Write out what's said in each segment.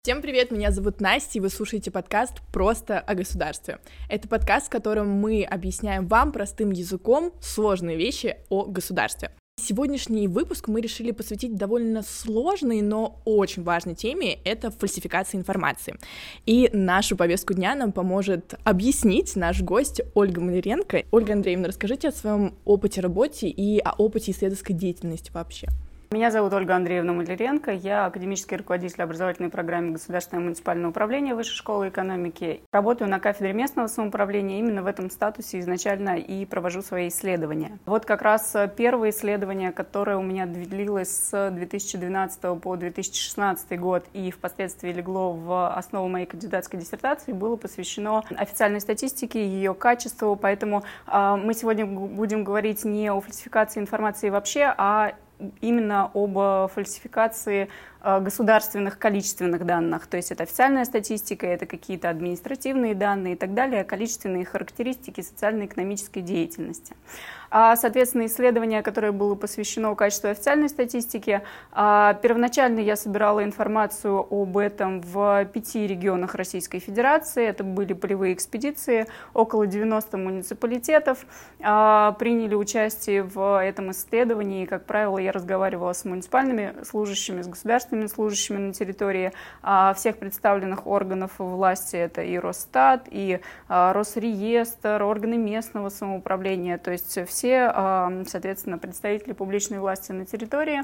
Всем привет, меня зовут Настя, и вы слушаете подкаст «Просто о государстве». Это подкаст, в котором мы объясняем вам простым языком сложные вещи о государстве. Сегодняшний выпуск мы решили посвятить довольно сложной, но очень важной теме — это фальсификация информации. И нашу повестку дня нам поможет объяснить наш гость Ольга Маляренко. Ольга Андреевна, расскажите о своем опыте работы и о опыте исследовательской деятельности вообще. Меня зовут Ольга Андреевна Маляренко, я академический руководитель образовательной программы Государственного муниципального управления Высшей школы экономики. Работаю на кафедре местного самоуправления, именно в этом статусе изначально и провожу свои исследования. Вот как раз первое исследование, которое у меня длилось с 2012 по 2016 год и впоследствии легло в основу моей кандидатской диссертации, было посвящено официальной статистике, ее качеству, поэтому мы сегодня будем говорить не о фальсификации информации вообще, а именно об фальсификации государственных количественных данных. То есть это официальная статистика, это какие-то административные данные и так далее, количественные характеристики социально-экономической деятельности. Соответственно, исследование, которое было посвящено качеству официальной статистики, первоначально я собирала информацию об этом в 5 регионах Российской Федерации. Это были полевые экспедиции, около 90 муниципалитетов приняли участие в этом исследовании. Как правило, я разговаривала с муниципальными служащими, с государственными служащими на территории всех представленных органов власти. Это и Росстат, и Росреестр, органы местного самоуправления, то есть все, соответственно, представители публичной власти на территории.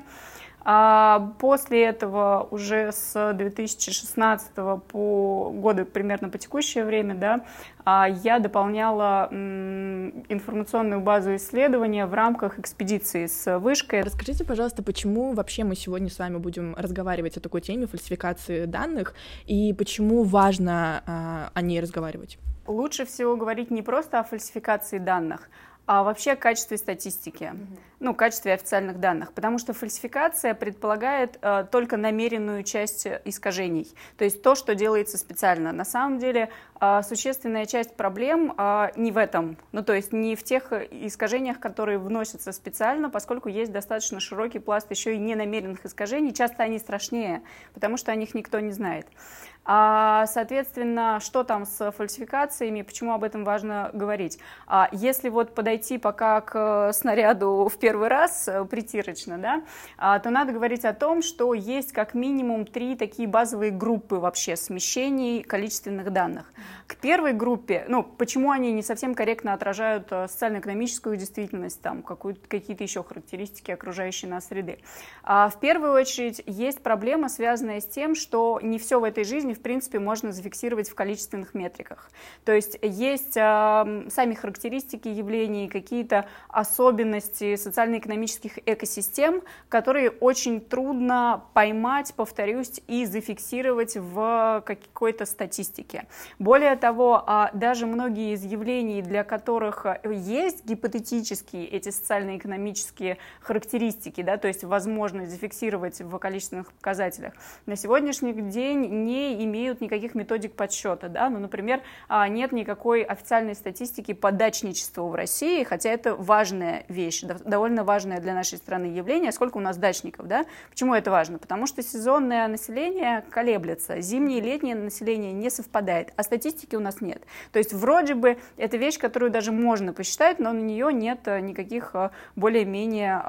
После этого уже с 2016 по годы примерно по текущее время, я дополняла информационную базу исследования в рамках экспедиции с вышкой. Расскажите, пожалуйста, почему вообще мы сегодня с вами будем разговаривать о такой теме фальсификации данных и почему важно о ней разговаривать? Лучше всего говорить не просто о фальсификации данных, а вообще о качестве статистики, качестве официальных данных, потому что фальсификация предполагает только намеренную часть искажений, то есть то, что делается специально. На самом деле существенная часть проблем не в этом, то есть не в тех искажениях, которые вносятся специально, поскольку есть достаточно широкий пласт еще и ненамеренных искажений, часто они страшнее, потому что о них никто не знает. Соответственно, что там с фальсификациями, почему об этом важно говорить? Если вот подойти пока к снаряду в первый раз притирочно, то надо говорить о том, что есть как минимум 3 такие базовые группы вообще смещений количественных данных. К первой группе, почему они не совсем корректно отражают социально-экономическую действительность, какие-то еще характеристики окружающей нас среды. В первую очередь есть проблема, связанная с тем, что не все в этой жизни в принципе можно зафиксировать в количественных метриках. То есть есть сами характеристики явлений, какие-то особенности социально-экономических экосистем, которые очень трудно поймать, повторюсь, и зафиксировать в какой-то статистике. Более того, даже многие из явлений, для которых есть гипотетические эти социально-экономические характеристики, то есть возможность зафиксировать в количественных показателях, на сегодняшний день не имеют никаких методик подсчета. Например, нет никакой официальной статистики по дачничеству в России, хотя это важная вещь, довольно важное для нашей страны явление, сколько у нас дачников. Почему это важно? Потому что сезонное население колеблется, зимнее и летнее население не совпадает, а статистики у нас нет. То есть вроде бы это вещь, которую даже можно посчитать, но на нее нет никаких более-менее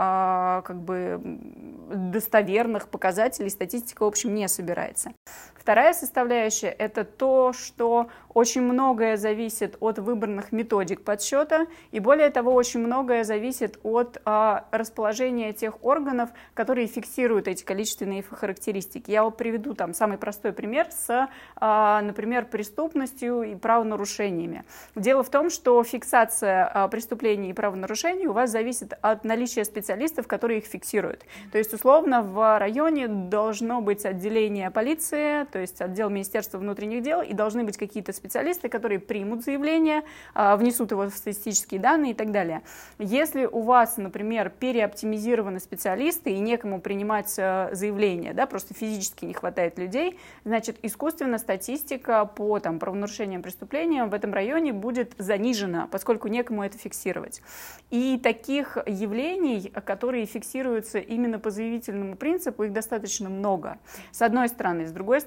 достоверных показателей, статистика, в общем, не собирается. Вторая составляющая – это то, что очень многое зависит от выбранных методик подсчета, и более того, очень многое зависит от расположения тех органов, которые фиксируют эти количественные характеристики. Я приведу самый простой пример с, например, преступностью и правонарушениями. Дело в том, что фиксация преступлений и правонарушений у вас зависит от наличия специалистов, которые их фиксируют. То есть, условно, в районе должно быть отделение полиции, то есть отдел Министерства внутренних дел, и должны быть какие-то специалисты, которые примут заявление, внесут его в статистические данные и так далее. Если у вас, например, переоптимизированы специалисты и некому принимать заявление, просто физически не хватает людей, значит, искусственно статистика по правонарушениям, преступлениям в этом районе будет занижена, поскольку некому это фиксировать. И таких явлений, которые фиксируются именно по заявительному принципу, их достаточно много. С одной стороны. С другой стороны, у вас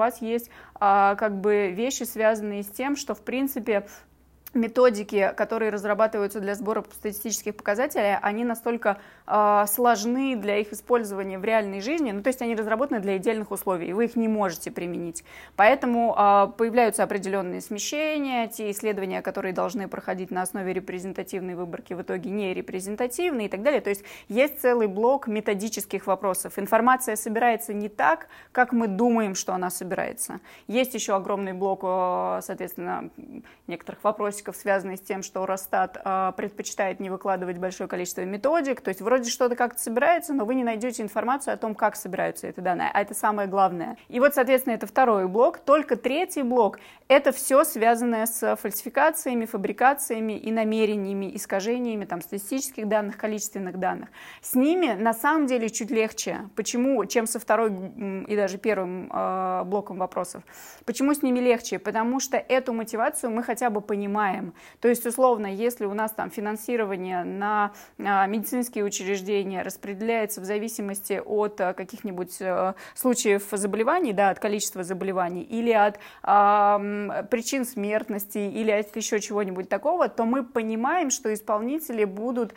вас есть как бы вещи, связанные с тем, что в принципе методики, которые разрабатываются для сбора статистических показателей, они настолько сложны для их использования в реальной жизни, ну, то есть они разработаны для идеальных условий, и вы их не можете применить. Поэтому появляются определенные смещения, те исследования, которые должны проходить на основе репрезентативной выборки, в итоге не репрезентативные и так далее. То есть есть целый блок методических вопросов. Информация собирается не так, как мы думаем, что она собирается. Есть еще огромный блок, соответственно, некоторых вопросиков, связанных с тем, что Росстат предпочитает не выкладывать большое количество методик, то есть вроде что-то как-то собирается, но вы не найдете информацию о том, как собираются эти данные, а это самое главное. И вот, соответственно, это второй блок. Только третий блок — это все связанное с фальсификациями, фабрикациями и намерениями, искажениями там, статистических данных, количественных данных. С ними на самом деле чуть легче. Почему? Чем со второй и даже первым блоком вопросов. Почему с ними легче? Потому что эту мотивацию мы хотя бы понимаем. То есть, условно, если у нас там финансирование на медицинские учреждения распределяется в зависимости от каких-нибудь случаев заболеваний, да, от количества заболеваний, или от причин смертности, или от еще чего-нибудь такого, то мы понимаем, что исполнители будут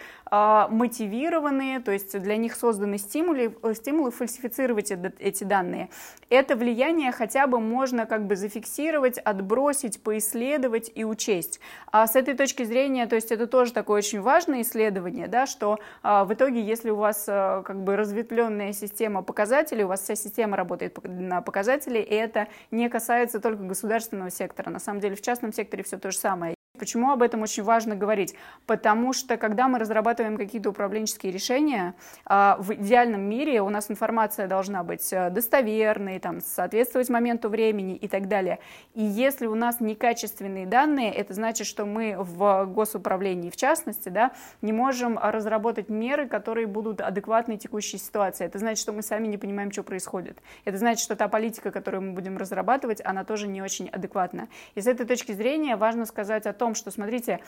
мотивированы, то есть для них созданы стимулы фальсифицировать эти данные. Это влияние хотя бы можно как бы зафиксировать, отбросить, поисследовать и учесть. А с этой точки зрения, то есть это тоже такое очень важное исследование, да, что в итоге, если у вас как бы разветвленная система показателей, у вас вся система работает на показатели, и это не касается только государственного сектора. На самом деле в частном секторе все то же самое. Почему об этом очень важно говорить? Потому что, когда мы разрабатываем какие-то управленческие решения, в идеальном мире у нас информация должна быть достоверной, там, соответствовать моменту времени и так далее. И если у нас некачественные данные, это значит, что мы в госуправлении, в частности, да, не можем разработать меры, которые будут адекватны текущей ситуации. Это значит, что мы сами не понимаем, что происходит. Это значит, что та политика, которую мы будем разрабатывать, она тоже не очень адекватна. И с этой точки зрения важно сказать о том, что, смотрите,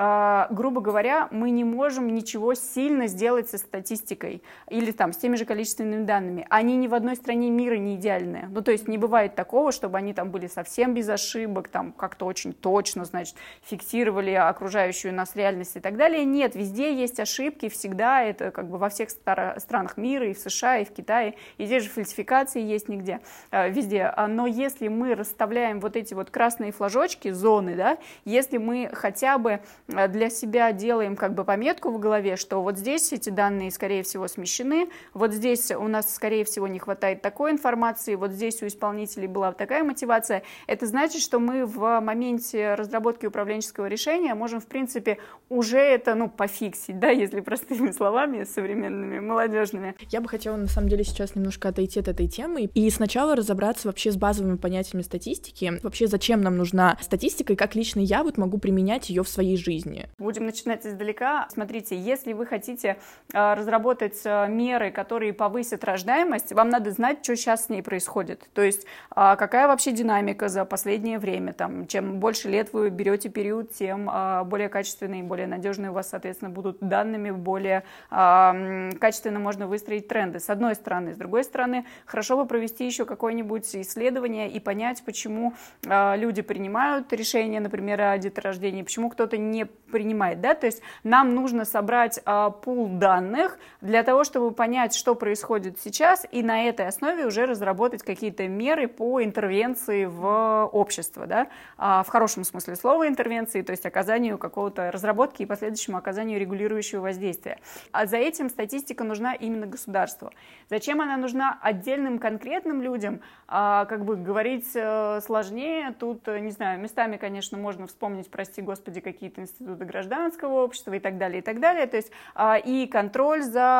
грубо говоря, мы не можем ничего сильно сделать со статистикой или там с теми же количественными данными. Они ни в одной стране мира не идеальные. Ну, то есть не бывает такого, чтобы они там были совсем без ошибок, там как-то очень точно, значит, фиксировали окружающую нас реальность и так далее. Нет, везде есть ошибки, всегда, это как бы во всех странах мира, и в США, и в Китае, и здесь же фальсификации есть нигде, везде. Но если мы расставляем вот эти вот красные флажочки, зоны, да, если мы хотя бы для себя делаем как бы пометку в голове, что вот здесь эти данные, скорее всего, смещены, вот здесь у нас, скорее всего, не хватает такой информации, вот здесь у исполнителей была такая мотивация, это значит, что мы в моменте разработки управленческого решения можем, в принципе, уже это, ну, пофиксить, да, если простыми словами, современными, молодежными. Я бы хотела, на самом деле, сейчас немножко отойти от этой темы и сначала разобраться вообще с базовыми понятиями статистики. Вообще, зачем нам нужна статистика и как лично я вот могу применять ее в своей жизни. Будем начинать издалека. Смотрите, если вы хотите разработать меры, которые повысят рождаемость, вам надо знать, что сейчас с ней происходит. То есть какая вообще динамика за последнее время. Там, чем больше лет вы берете период, тем более качественные и более надежные у вас, соответственно, будут данными, более качественно можно выстроить тренды. С одной стороны. С другой стороны, хорошо бы провести еще какое-нибудь исследование и понять, почему люди принимают решения, например, о деторождении, почему кто-то не принимает, да, то есть нам нужно собрать пул данных для того, чтобы понять, что происходит сейчас, и на этой основе уже разработать какие-то меры по интервенции в общество, да, в хорошем смысле слова интервенции, то есть оказанию какого-то разработки и последующему оказанию регулирующего воздействия. А за этим статистика нужна именно государству. Зачем она нужна отдельным конкретным людям, как бы говорить сложнее, тут, не знаю, местами, конечно, можно вспомнить, прости господи, какие-то институты гражданского общества и так далее, и так далее. То есть и контроль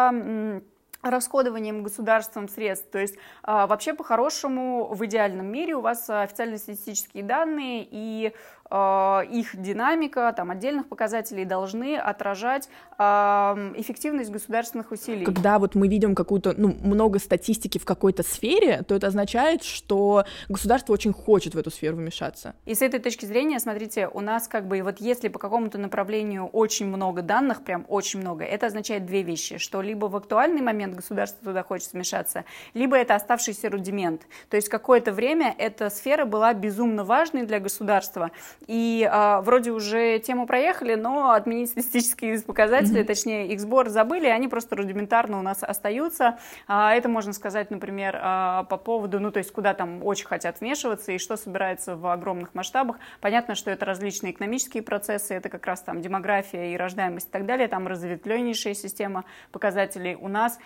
за расходованием государством средств. То есть вообще по-хорошему в идеальном мире у вас официальные статистические данные и их динамика, там, отдельных показателей должны отражать эффективность государственных усилий. Когда вот мы видим какую-то, много статистики в какой-то сфере, то это означает, что государство очень хочет в эту сферу вмешаться. И с этой точки зрения, смотрите, у нас вот если по какому-то направлению очень много данных, прям очень много, это означает две вещи, что либо в актуальный момент государство туда хочет вмешаться, либо это оставшийся рудимент. То есть какое-то время эта сфера была безумно важной для государства, и вроде уже тему проехали, но отменить статистические показатели, точнее их сбор забыли, они просто рудиментарно у нас остаются. Это можно сказать, например, по поводу, то есть куда там очень хотят вмешиваться и что собирается в огромных масштабах. Понятно, что это различные экономические процессы, это как раз там демография и рождаемость и так далее, там разветвленнейшая система показателей. У нас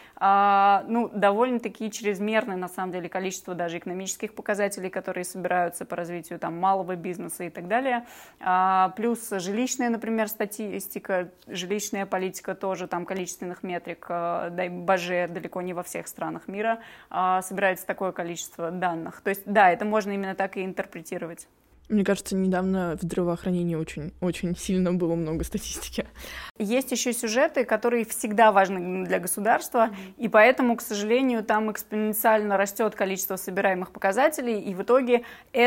довольно-таки чрезмерное, на самом деле, количество даже экономических показателей, которые собираются по развитию там малого бизнеса и так далее. Плюс жилищная, например, статистика, жилищная политика тоже, там количественных метрик, дай боже, далеко не во всех странах мира собирается такое количество данных. То есть, да, это можно именно так и интерпретировать. Мне кажется, недавно в здравоохранении очень сильно было много статистики. Есть еще сюжеты, которые всегда важны для государства, и поэтому, к сожалению, там экспоненциально растет количество собираемых показателей, и в итоге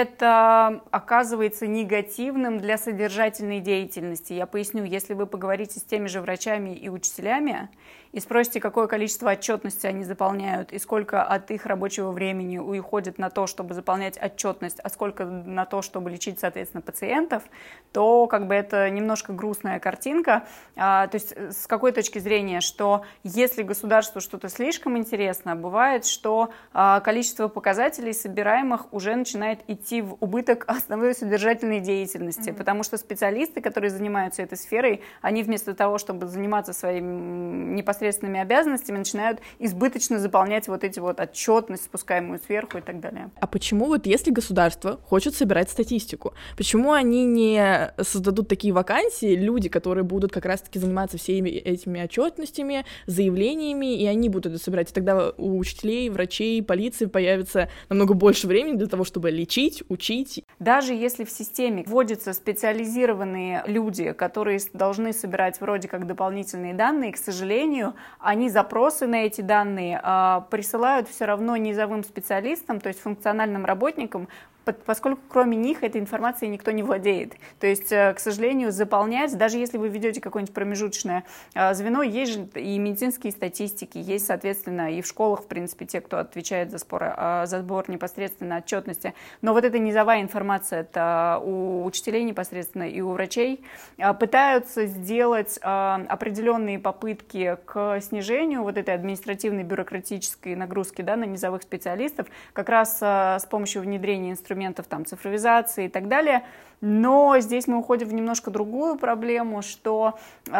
это оказывается негативным для содержательной деятельности. Я поясню, если вы поговорите с теми же врачами и учителями, и спросите, какое количество отчетности они заполняют, и сколько от их рабочего времени уходит на то, чтобы заполнять отчетность, а сколько на то, чтобы лечить, соответственно, пациентов, то это немножко грустная картинка. То есть с какой точки зрения, что если государству что-то слишком интересно, бывает, что количество показателей собираемых уже начинает идти в убыток основной содержательной деятельности, потому что специалисты, которые занимаются этой сферой, они вместо того, чтобы заниматься своими непосредственными обязанностями, начинают избыточно заполнять эти отчетность, спускаемую сверху и так далее. А почему если государство хочет собирать статистику, почему они не создадут такие вакансии, люди, которые будут как раз-таки заниматься всеми этими отчетностями, заявлениями, и они будут это собирать, и тогда у учителей, врачей, полиции появится намного больше времени для того, чтобы лечить, учить. Даже если в системе вводятся специализированные люди, которые должны собирать вроде как дополнительные данные, к сожалению, они запросы на эти данные присылают все равно низовым специалистам, то есть функциональным работникам, поскольку кроме них этой информацией никто не владеет. То есть, к сожалению, заполнять, даже если вы ведете какое-нибудь промежуточное звено, есть же и медицинские статистики, есть, соответственно, и в школах, в принципе, те, кто отвечает за сбор непосредственно отчетности. Но эта низовая информация, это у учителей непосредственно и у врачей, пытаются сделать определенные попытки к снижению этой административной бюрократической нагрузки на низовых специалистов, как раз с помощью внедрения инструментов цифровизации и так далее. Но здесь мы уходим в немножко другую проблему, что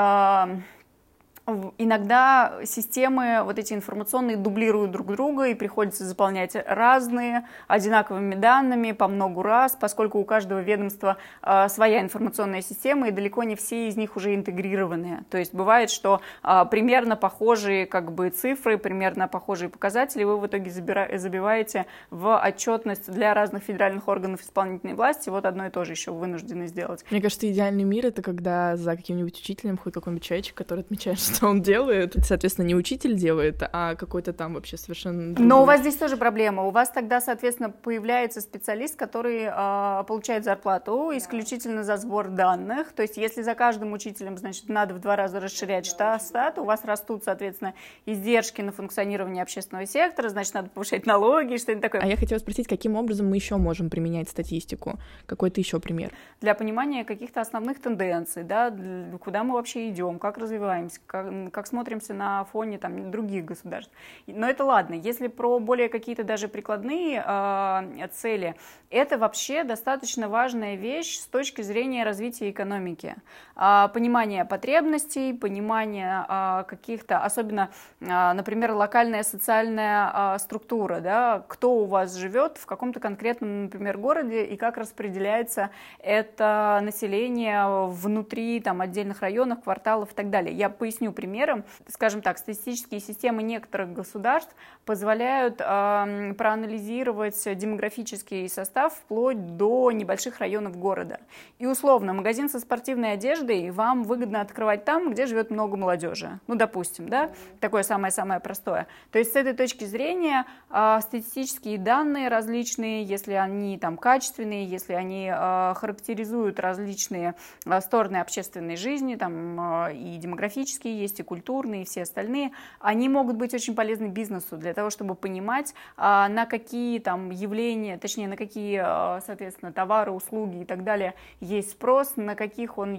иногда системы эти информационные дублируют друг друга, и приходится заполнять разные одинаковыми данными по много раз, поскольку у каждого ведомства своя информационная система, и далеко не все из них уже интегрированные. То есть бывает, что примерно похожие цифры, примерно похожие показатели вы в итоге забиваете в отчетность для разных федеральных органов исполнительной власти. Одно и то же еще вынуждены сделать. Мне кажется, идеальный мир — это когда за каким-нибудь учителем ходит какой-нибудь человечек, который отмечает, что он делает. Соответственно, не учитель делает, а какой-то там вообще совершенно другой. Но у вас здесь тоже проблема. У вас тогда, соответственно, появляется специалист, который получает зарплату исключительно за сбор данных. То есть, если за каждым учителем, значит, надо в 2 раза расширять штат, у вас растут, соответственно, издержки на функционирование общественного сектора, значит, надо повышать налоги, что-нибудь такое. А я хотела спросить, каким образом мы еще можем применять статистику? Какой-то еще пример? Для понимания каких-то основных тенденций, куда мы вообще идем, как развиваемся, как смотримся на фоне других государств. Но это ладно. Если про более какие-то даже прикладные цели, это вообще достаточно важная вещь с точки зрения развития экономики. Понимание потребностей, понимание каких-то, особенно, например, локальная социальная структура, кто у вас живет в каком-то конкретном, например, городе, и как распределяется это население внутри отдельных районов, кварталов и так далее. Я поясню, примером. Скажем так, статистические системы некоторых государств позволяют проанализировать демографический состав вплоть до небольших районов города. И условно, магазин со спортивной одеждой вам выгодно открывать там, где живет много молодежи. Ну, допустим, да, такое самое-самое простое. То есть с этой точки зрения статистические данные различные, если они там качественные, если они характеризуют различные стороны общественной жизни, там и демографические есть, и культурные, и все остальные, они могут быть очень полезны бизнесу для того, чтобы понимать, на какие там явления, точнее, на какие, соответственно, товары, услуги и так далее есть спрос, на какие он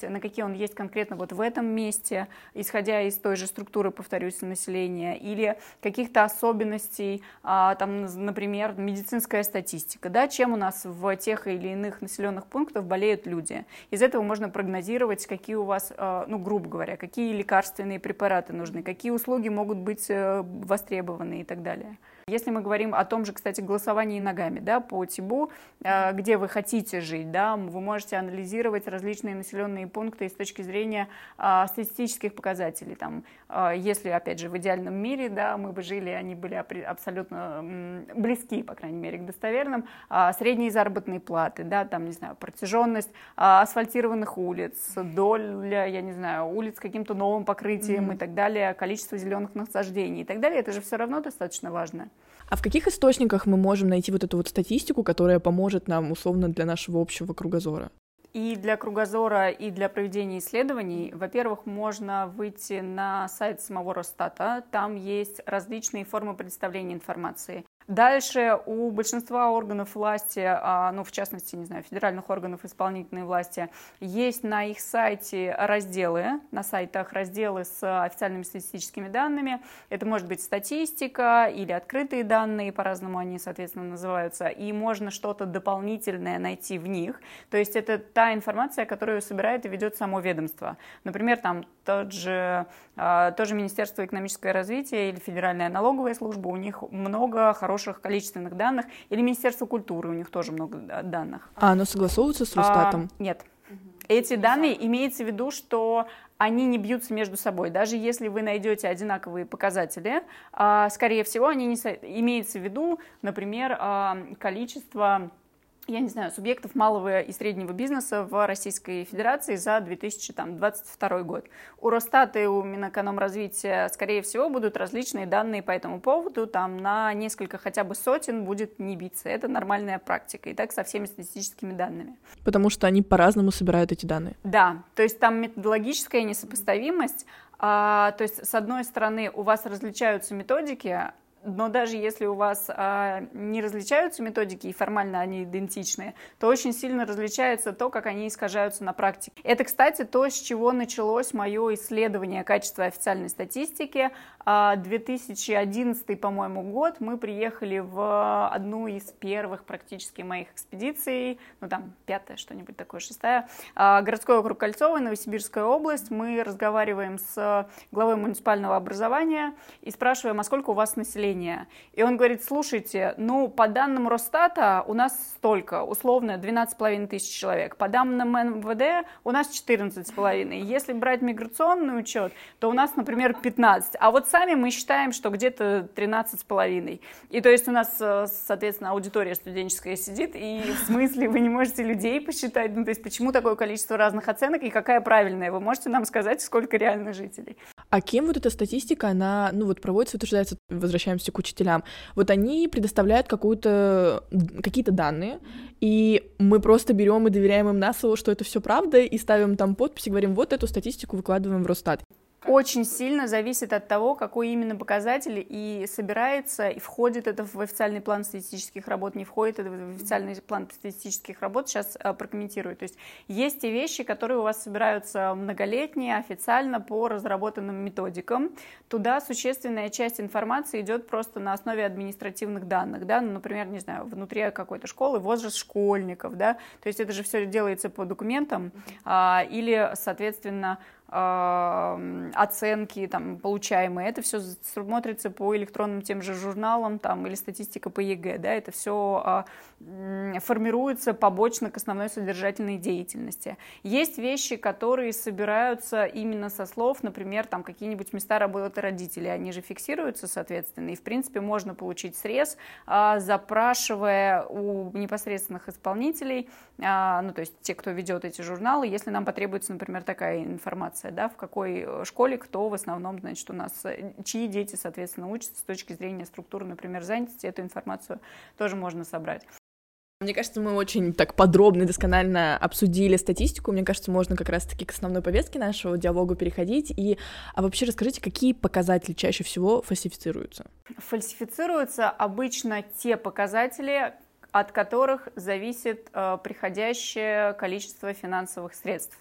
есть конкретно вот в этом месте, исходя из той же структуры, повторюсь, населения, или каких-то особенностей, там, например, медицинская статистика, да, чем у нас в тех или иных населенных пунктах болеют люди. Из этого можно прогнозировать, какие у вас, ну, грубо говоря, какие лекарственные препараты нужны, какие услуги могут быть востребованы и так далее. Если мы говорим о том же, кстати, голосовании ногами, да, по ТИБУ, где вы хотите жить, да, вы можете анализировать различные населенные пункты с точки зрения статистических показателей. Там, если, опять же, в идеальном мире, да, мы бы жили, они были абсолютно близки, по крайней мере, к достоверным, средние заработные платы, да, там, не знаю, протяженность асфальтированных улиц, доля, я не знаю, улиц с каким-то новым покрытием и так далее, количество зеленых насаждений и так далее, это же все равно достаточно важно. А в каких источниках мы можем найти вот эту вот статистику, которая поможет нам, условно, для нашего общего кругозора? И для кругозора, и для проведения исследований, во-первых, можно выйти на сайт самого Росстата, там есть различные формы представления информации. Дальше у большинства органов власти, ну, в частности, не знаю, федеральных органов исполнительной власти, есть на их сайте разделы, на сайтах разделы с официальными статистическими данными. Это может быть статистика или открытые данные, по-разному они, соответственно, называются, и можно что-то дополнительное найти в них. То есть это та информация, которую собирает и ведет само ведомство. Например, там тоже Министерство экономического развития или Федеральная налоговая служба, у них много хороших количественных данных, или Министерство культуры, у них тоже много данных. А оно согласовывается с Росстатом? Нет. Эти данные, имеется в виду, что они не бьются между собой. Даже если вы найдете одинаковые показатели, скорее всего, они не имеется в виду, например, количество, я не знаю, субъектов малого и среднего бизнеса в Российской Федерации за 2022 год. У Росстата и у Минэкономразвития, скорее всего, будут различные данные по этому поводу, там на несколько хотя бы сотен будет не биться. Это нормальная практика, и так со всеми статистическими данными. Потому что они по-разному собирают эти данные. Да, то есть там методологическая несопоставимость, то есть с одной стороны у вас различаются методики, но даже если у вас не различаются методики и формально они идентичны, то очень сильно различается то, как они искажаются на практике. Это, кстати, то, с чего началось мое исследование качества официальной статистики. 2011, по-моему, год мы приехали в одну из первых практически моих экспедиций, ну там 5-я, что-нибудь такое, 6-я, городской округ Кольцово, Новосибирская область. Мы разговариваем с главой муниципального образования и спрашиваем, а сколько у вас населения? И он говорит, слушайте, ну, по данным Росстата у нас столько, условно, 12,5 тысяч человек. По данным МВД у нас 14,5. Если брать миграционный учет, то у нас, например, 15. А вот сами мы считаем, что где-то 13,5. И то есть у нас, соответственно, аудитория студенческая сидит, и в смысле вы не можете людей посчитать? Ну, то есть почему такое количество разных оценок и какая правильная? Вы можете нам сказать, сколько реально жителей? А кем вот эта статистика, она, ну вот проводится, утверждается, возвращаемся к учителям, вот они предоставляют какие-то данные, и мы просто берем и доверяем им на слово, что это все правда, и ставим там подпись и говорим, вот эту статистику выкладываем в Росстат. Очень сильно зависит от того, какой именно показатель и собирается, и входит это в официальный план статистических работ, не входит это в официальный план статистических работ, сейчас прокомментирую. То есть те вещи, которые у вас собираются многолетние, официально по разработанным методикам. Туда существенная часть информации идет просто на основе административных данных, да, ну, например, не знаю, внутри какой-то школы возраст школьников, да, то есть это же все делается по документам или, соответственно, оценки там, получаемые, это все смотрится по электронным тем же журналам там, или статистика по ЕГЭ, да, это все формируется побочно к основной содержательной деятельности. Есть вещи, которые собираются именно со слов, например, там какие-нибудь места работы родителей, они же фиксируются, соответственно, и в принципе можно получить срез, запрашивая у непосредственных исполнителей, ну то есть те, кто ведет эти журналы, если нам потребуется, например, такая информация, да, в какой школе, кто в основном, значит, у нас, чьи дети, соответственно, учатся с точки зрения структуры, например, занятости, эту информацию тоже можно собрать. Мне кажется, мы очень так подробно и досконально обсудили статистику. Мне кажется, можно как раз-таки к основной повестке нашего диалога переходить. А вообще расскажите, какие показатели чаще всего фальсифицируются? Фальсифицируются обычно те показатели, от которых зависит приходящее количество финансовых средств.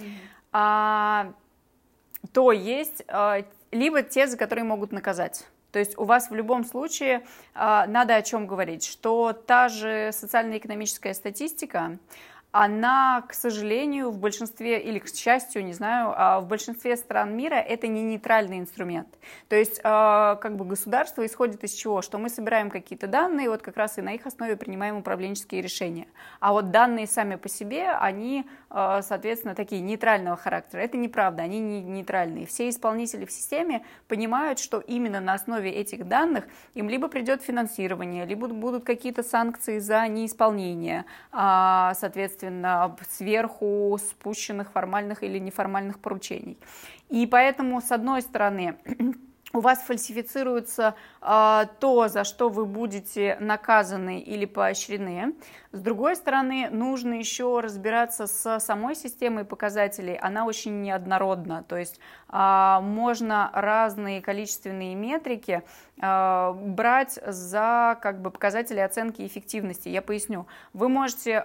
То есть либо те, за которые могут наказать. То есть у вас в любом случае надо о чем говорить, что та же социально-экономическая статистика, она, к сожалению, в большинстве, или к счастью, не знаю, в большинстве стран мира это не нейтральный инструмент. То есть как бы государство исходит из чего? Что мы собираем какие-то данные, вот как раз и на их основе принимаем управленческие решения. А вот данные сами по себе, они, соответственно, такие нейтрального характера. Это неправда, они не нейтральные. Все исполнители в системе понимают, что именно на основе этих данных им либо придет финансирование, либо будут какие-то санкции за неисполнение, соответственно, сверху спущенных формальных или неформальных поручений. И поэтому, с одной стороны, у вас фальсифицируется то, за что вы будете наказаны или поощрены. С другой стороны, нужно еще разбираться с самой системой показателей. Она очень неоднородна. То есть можно разные количественные метрики брать за как бы, показатели оценки эффективности. Я поясню. Вы можете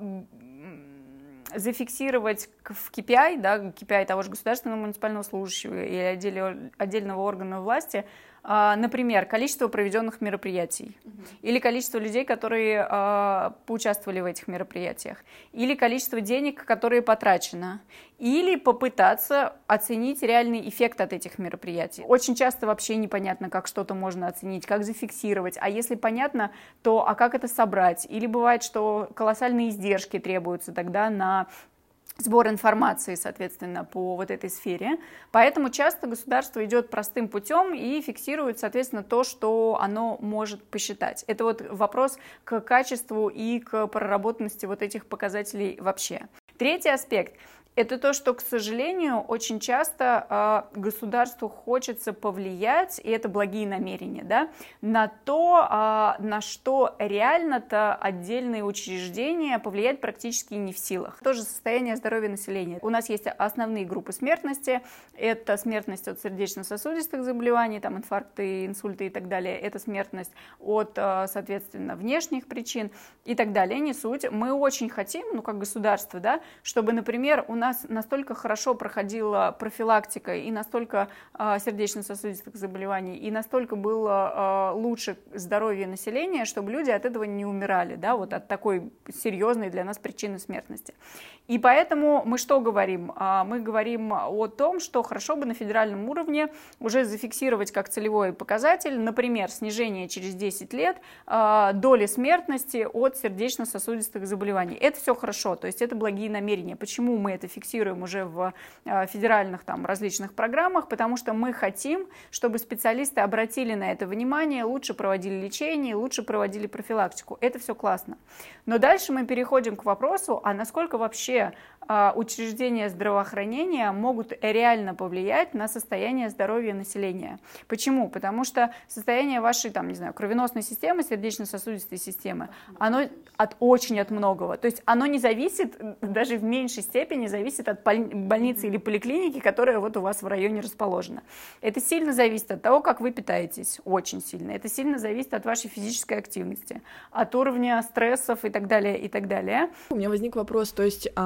зафиксировать в KPI, да, KPI того же государственного муниципального служащего или отдельного органа власти, например, количество проведенных мероприятий, или количество людей, которые поучаствовали в этих мероприятиях, или количество денег, которые потрачено, или попытаться оценить реальный эффект от этих мероприятий. Очень часто вообще непонятно, как что-то можно оценить, как зафиксировать, а если понятно, то как это собрать? Или бывает, что колоссальные издержки требуются тогда на сбор информации, соответственно, по вот этой сфере. Поэтому часто государство идет простым путем и фиксирует, соответственно, то, что оно может посчитать. Это вот вопрос к качеству и к проработанности вот этих показателей вообще. Третий аспект – это то, что, к сожалению, очень часто государству хочется повлиять, и это благие намерения, да, на то, на что реально-то отдельные учреждения повлиять практически не в силах. Тоже состояние здоровья населения. У нас есть основные группы смертности. Это смертность от сердечно-сосудистых заболеваний, там, инфаркты, инсульты и так далее. Это смертность от, соответственно, внешних причин и так далее. Не суть. Мы очень хотим, ну, как государство, да, чтобы, например, у нас настолько хорошо проходила профилактика и настолько сердечно-сосудистых заболеваний, и настолько было лучше здоровье населения, чтобы люди от этого не умирали, да, вот от такой серьезной для нас причины смертности. И поэтому мы что говорим? Мы говорим о том, что хорошо бы на федеральном уровне уже зафиксировать как целевой показатель, например, снижение через 10 лет доли смертности от сердечно-сосудистых заболеваний. Это все хорошо, то есть это благие намерения. Почему мы это фиксируем уже в федеральных там различных программах? Потому что мы хотим, чтобы специалисты обратили на это внимание, лучше проводили лечение, лучше проводили профилактику. Это все классно. Но дальше мы переходим к вопросу, а насколько вообще учреждения здравоохранения могут реально повлиять на состояние здоровья населения. Почему? Потому что состояние вашей, там, не знаю, кровеносной системы, сердечно-сосудистой системы, оно очень от многого. То есть оно не зависит, даже в меньшей степени зависит от больницы или поликлиники, которая вот у вас в районе расположена. Это сильно зависит от того, как вы питаетесь, очень сильно. Это сильно зависит от вашей физической активности, от уровня стрессов и так далее, и так далее. У меня возник вопрос, то есть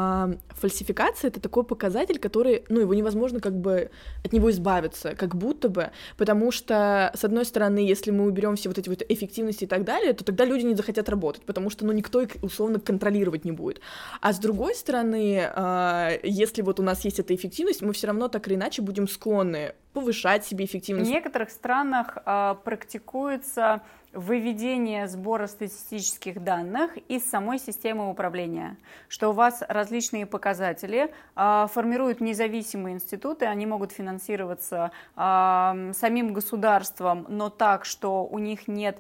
фальсификация — это такой показатель, который, его невозможно как бы от него избавиться, как будто бы, потому что, с одной стороны, если мы уберем все вот эти вот эффективности и так далее, то тогда люди не захотят работать, потому что, никто их условно контролировать не будет. А с другой стороны, если вот у нас есть эта эффективность, мы все равно так или иначе будем склонны повышать себе эффективность. В некоторых странах практикуется выведение сбора статистических данных из самой системы управления, что у вас различные показатели формируют независимые институты, они могут финансироваться самим государством, но так, что у них нет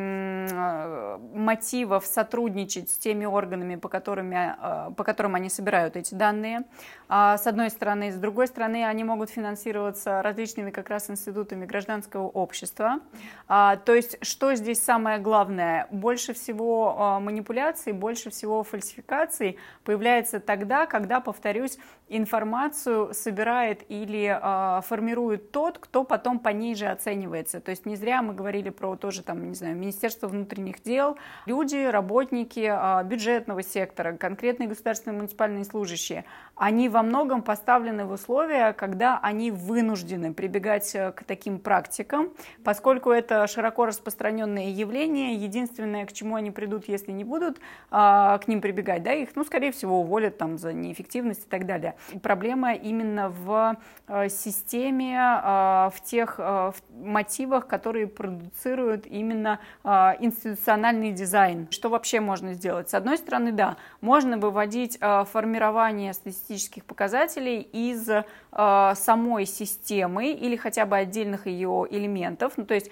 мотивов сотрудничать с теми органами, по которым они собирают эти данные, с одной стороны. С другой стороны, они могут финансироваться различными как раз институтами гражданского общества. То есть, что здесь самое главное? Больше всего манипуляций, больше всего фальсификаций появляется тогда, когда, повторюсь, информацию собирает или формирует тот, кто потом по ней же оценивается. То есть не зря мы говорили про тоже Министерство внутренних дел, люди, работники бюджетного сектора, конкретные государственные муниципальные служащие. Они во многом поставлены в условия, когда они вынуждены прибегать к таким практикам, поскольку это широко распространенное явление. Единственное, к чему они придут, если не будут к ним прибегать, их, скорее всего, уволят за неэффективность и так далее. Проблема именно в системе, в тех мотивах, которые продуцируют именно институциональный дизайн. Что вообще можно сделать? С одной стороны, можно выводить формирование статистических показателей из самой системы или хотя бы отдельных ее элементов. То есть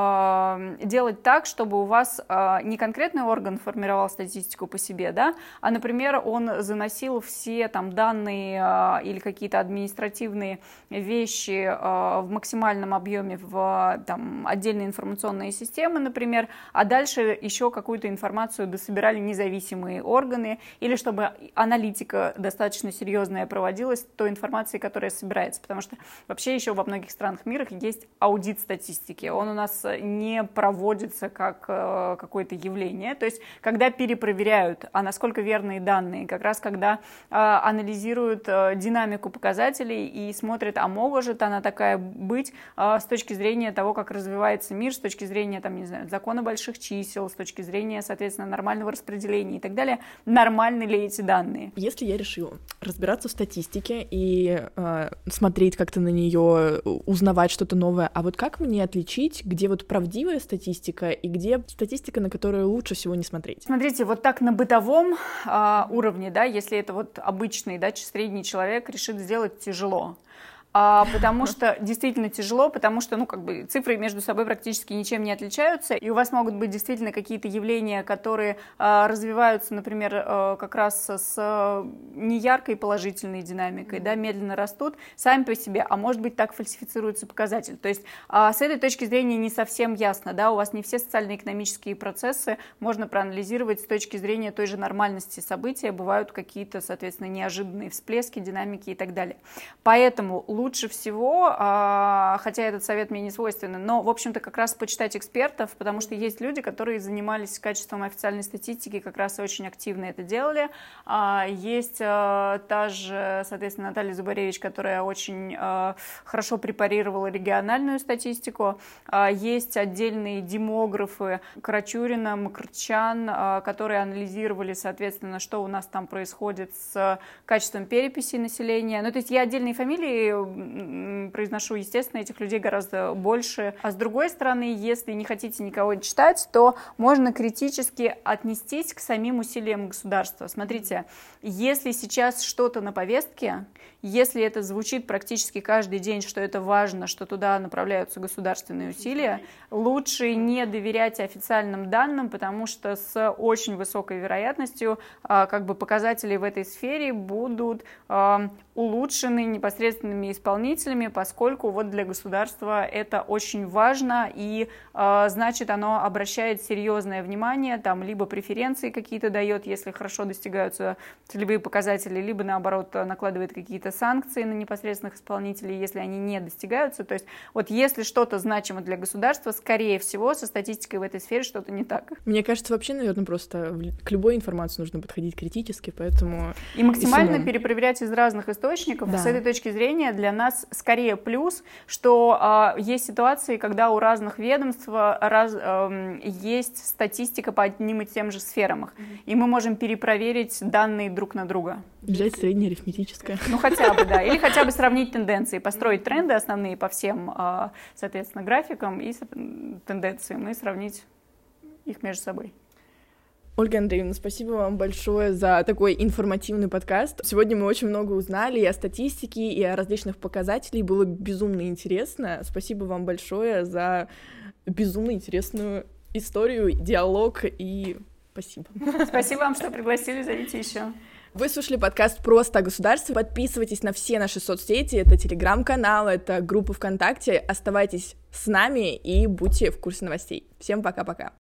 делать так, чтобы у вас не конкретный орган формировал статистику по себе, а, например, он заносил все данные или какие-то административные вещи в максимальном объеме в отдельные информационные системы, например, а дальше еще какую-то информацию дособирали независимые органы, или чтобы аналитика достаточно серьезная проводилась той информации, которая собирается, потому что вообще еще во многих странах мира есть аудит статистики, он у нас не проводится как какое-то явление, то есть когда перепроверяют, насколько верные данные, как раз когда анализируют динамику показателей и смотрят, может она такая быть с точки зрения того, как развивается мир, с точки зрения, закона больших чисел, с точки зрения, соответственно, нормального распределения и так далее, нормальны ли эти данные. Если я решила разбираться в статистике и смотреть как-то на нее, узнавать что-то новое, а вот как мне отличить, где вот правдивая статистика и где статистика, на которую лучше всего не смотреть? Смотрите, вот так на бытовом уровне, если это обычный, средний человек решит сделать, тяжело. Потому что действительно тяжело, потому что, цифры между собой практически ничем не отличаются, и у вас могут быть действительно какие-то явления, которые развиваются, например, как раз с неяркой положительной динамикой, медленно растут сами по себе, а может быть так фальсифицируется показатель. То есть с этой точки зрения не совсем ясно, у вас не все социально-экономические процессы можно проанализировать с точки зрения той же нормальности события, бывают какие-то, соответственно, неожиданные всплески, динамики и так далее. Поэтому лучше всего, хотя этот совет мне не свойственен, но, в общем-то, как раз почитать экспертов, потому что есть люди, которые занимались качеством официальной статистики, как раз очень активно это делали. Есть та же, соответственно, Наталья Зубаревич, которая очень хорошо препарировала региональную статистику. Есть отдельные демографы Карачурина, Макрчан, которые анализировали, соответственно, что у нас там происходит с качеством переписи населения. То есть я отдельные фамилии произношу, естественно, этих людей гораздо больше. А с другой стороны, если не хотите никого читать, то можно критически отнестись к самим усилиям государства. Смотрите, если сейчас что-то на повестке, если это звучит практически каждый день, что это важно, что туда направляются государственные усилия, лучше не доверять официальным данным, потому что с очень высокой вероятностью показатели в этой сфере будут улучшены непосредственными исполнителями, поскольку для государства это очень важно, и значит оно обращает серьезное внимание, либо преференции какие-то дает, если хорошо достигаются целевые показатели, либо наоборот накладывает какие-то какие-то санкции на непосредственных исполнителей, если они не достигаются. То есть вот если что-то значимо для государства, скорее всего, со статистикой в этой сфере что-то не так. Мне кажется, вообще, наверное, просто к любой информации нужно подходить критически, поэтому... И максимально перепроверять из разных источников. Да. С этой точки зрения для нас скорее плюс, что есть ситуации, когда у разных ведомств есть статистика по одним и тем же сферам. И мы можем перепроверить данные друг на друга. Взять среднеарифметическое. Ну, хотя бы, да. Или хотя бы сравнить тенденции, построить тренды основные по всем, соответственно, графикам и тенденциям, и сравнить их между собой. Ольга Андреевна, спасибо вам большое за такой информативный подкаст. Сегодня мы очень много узнали и о статистике, и о различных показателях. Было безумно интересно. Спасибо вам большое за безумно интересную историю, диалог, и спасибо. Спасибо вам, что пригласили. Зовите еще. Вы слушали подкаст «Просто о государстве». Подписывайтесь на все наши соцсети, это телеграм-канал, это группа ВКонтакте. Оставайтесь с нами и будьте в курсе новостей. Всем пока-пока.